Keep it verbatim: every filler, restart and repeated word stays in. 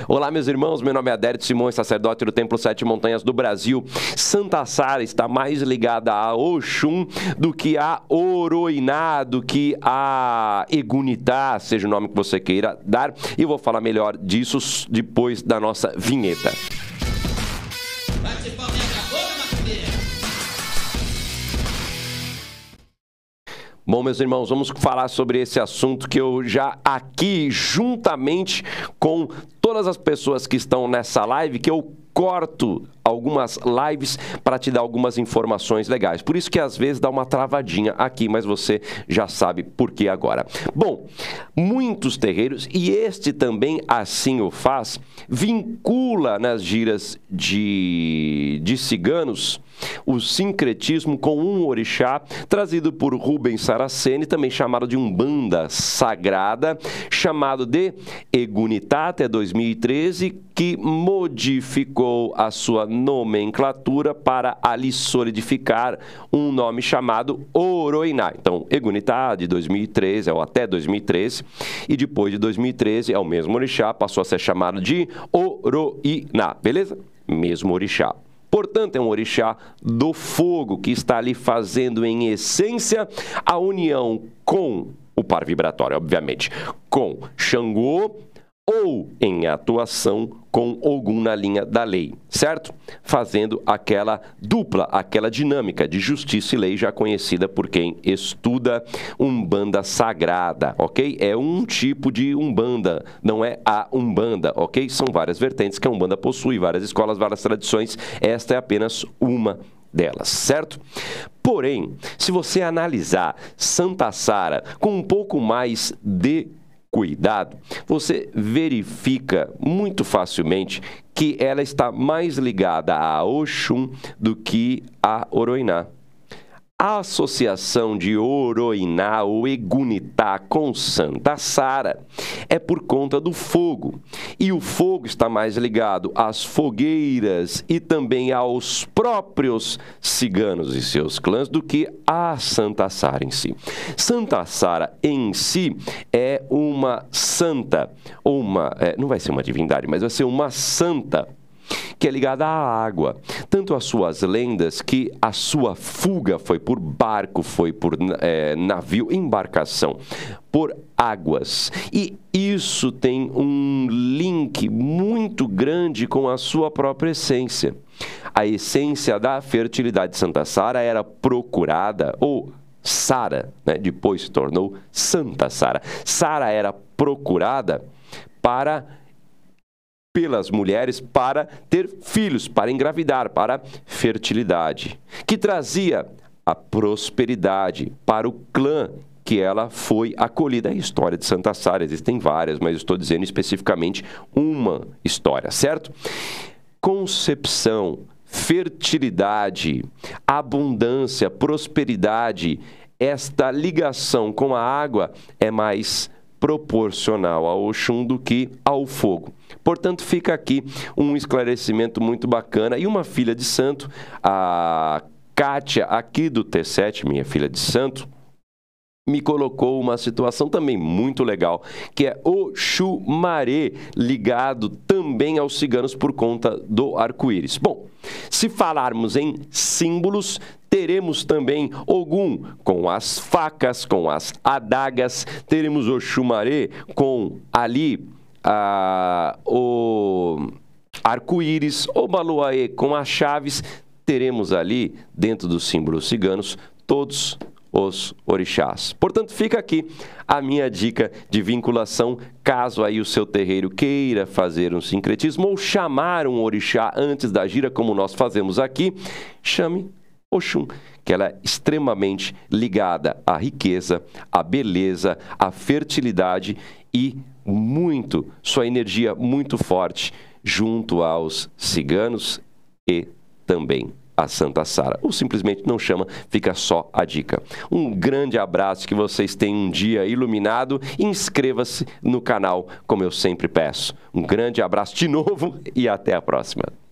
Olá, meus irmãos, meu nome é Adérito Simões, sacerdote do Templo Sete Montanhas do Brasil. Santa Sara está mais ligada a Oxum do que a Oroiná, do que a Egunitá, seja o nome que você queira dar. E eu vou falar melhor disso depois da nossa vinheta. Bom, meus irmãos, vamos falar sobre esse assunto que eu já aqui, juntamente com todas as pessoas que estão nessa live, que eu corto algumas lives para te dar algumas informações legais. Por isso que às vezes dá uma travadinha aqui, mas você já sabe por que agora. Bom, muitos terreiros, e este também assim o faz, vincula nas giras de, de ciganos o sincretismo com um orixá trazido por Rubens Saraceni, também chamado de Umbanda Sagrada, chamado de Egunitá até dois mil e treze, que modificou a sua nomenclatura para ali solidificar um nome chamado Oroiná. Então, Egunitá de dois mil e treze, ou até dois mil e treze, e depois de dois mil e treze, é o mesmo orixá, passou a ser chamado de Oroiná, beleza? Mesmo orixá. Portanto, é um orixá do fogo que está ali fazendo, em essência, a união com o par vibratório, obviamente, com Xangô ou em atuação com Ogum na linha da lei, certo? Fazendo aquela dupla, aquela dinâmica de justiça e lei já conhecida por quem estuda Umbanda Sagrada, ok? É um tipo de Umbanda, não é a Umbanda, ok? São várias vertentes que a Umbanda possui, várias escolas, várias tradições, esta é apenas uma delas, certo? Porém, se você analisar Santa Sara com um pouco mais de cuidado, você verifica muito facilmente que ela está mais ligada a Oxum do que a Oroiná. A associação de Oroiná ou Egunitá com Santa Sara é por conta do fogo. E o fogo está mais ligado às fogueiras e também aos próprios ciganos e seus clãs do que a Santa Sara em si. Santa Sara em si é uma santa, ou uma, é, não vai ser uma divindade, mas vai ser uma santa, que é ligada à água. Tanto as suas lendas que a sua fuga foi por barco, foi por é, navio, embarcação, por águas. E isso tem um link muito grande com a sua própria essência. A essência da fertilidade de Santa Sara era procurada, ou Sara, né, depois se tornou Santa Sara. Sara era procurada para pelas mulheres para ter filhos, para engravidar, para fertilidade, que trazia a prosperidade para o clã que ela foi acolhida. A história de Santa Sara, existem várias, mas estou dizendo especificamente uma história, certo? Concepção, fertilidade, abundância, prosperidade, esta ligação com a água é mais proporcional ao Oxum do que ao fogo. Portanto, fica aqui um esclarecimento muito bacana. E uma filha de santo, a Kátia, aqui do T sete, minha filha de santo, me colocou uma situação também muito legal, que é Oxumaré, ligado também aos ciganos por conta do arco-íris. Bom, se falarmos em símbolos, teremos também Ogum com as facas, com as adagas, teremos Oxumaré com ali a, o arco-íris, Obaluaê com as chaves, teremos ali, dentro dos símbolos ciganos, todos os orixás. Portanto, fica aqui a minha dica de vinculação, caso aí o seu terreiro queira fazer um sincretismo ou chamar um orixá antes da gira, como nós fazemos aqui, chame Oxum, que ela é extremamente ligada à riqueza, à beleza, à fertilidade e muito, sua energia muito forte junto aos ciganos e também a Santa Sara, ou simplesmente não chama, fica só a dica. Um grande abraço, que vocês tenham um dia iluminado, inscreva-se no canal, como eu sempre peço. Um grande abraço de novo e até a próxima.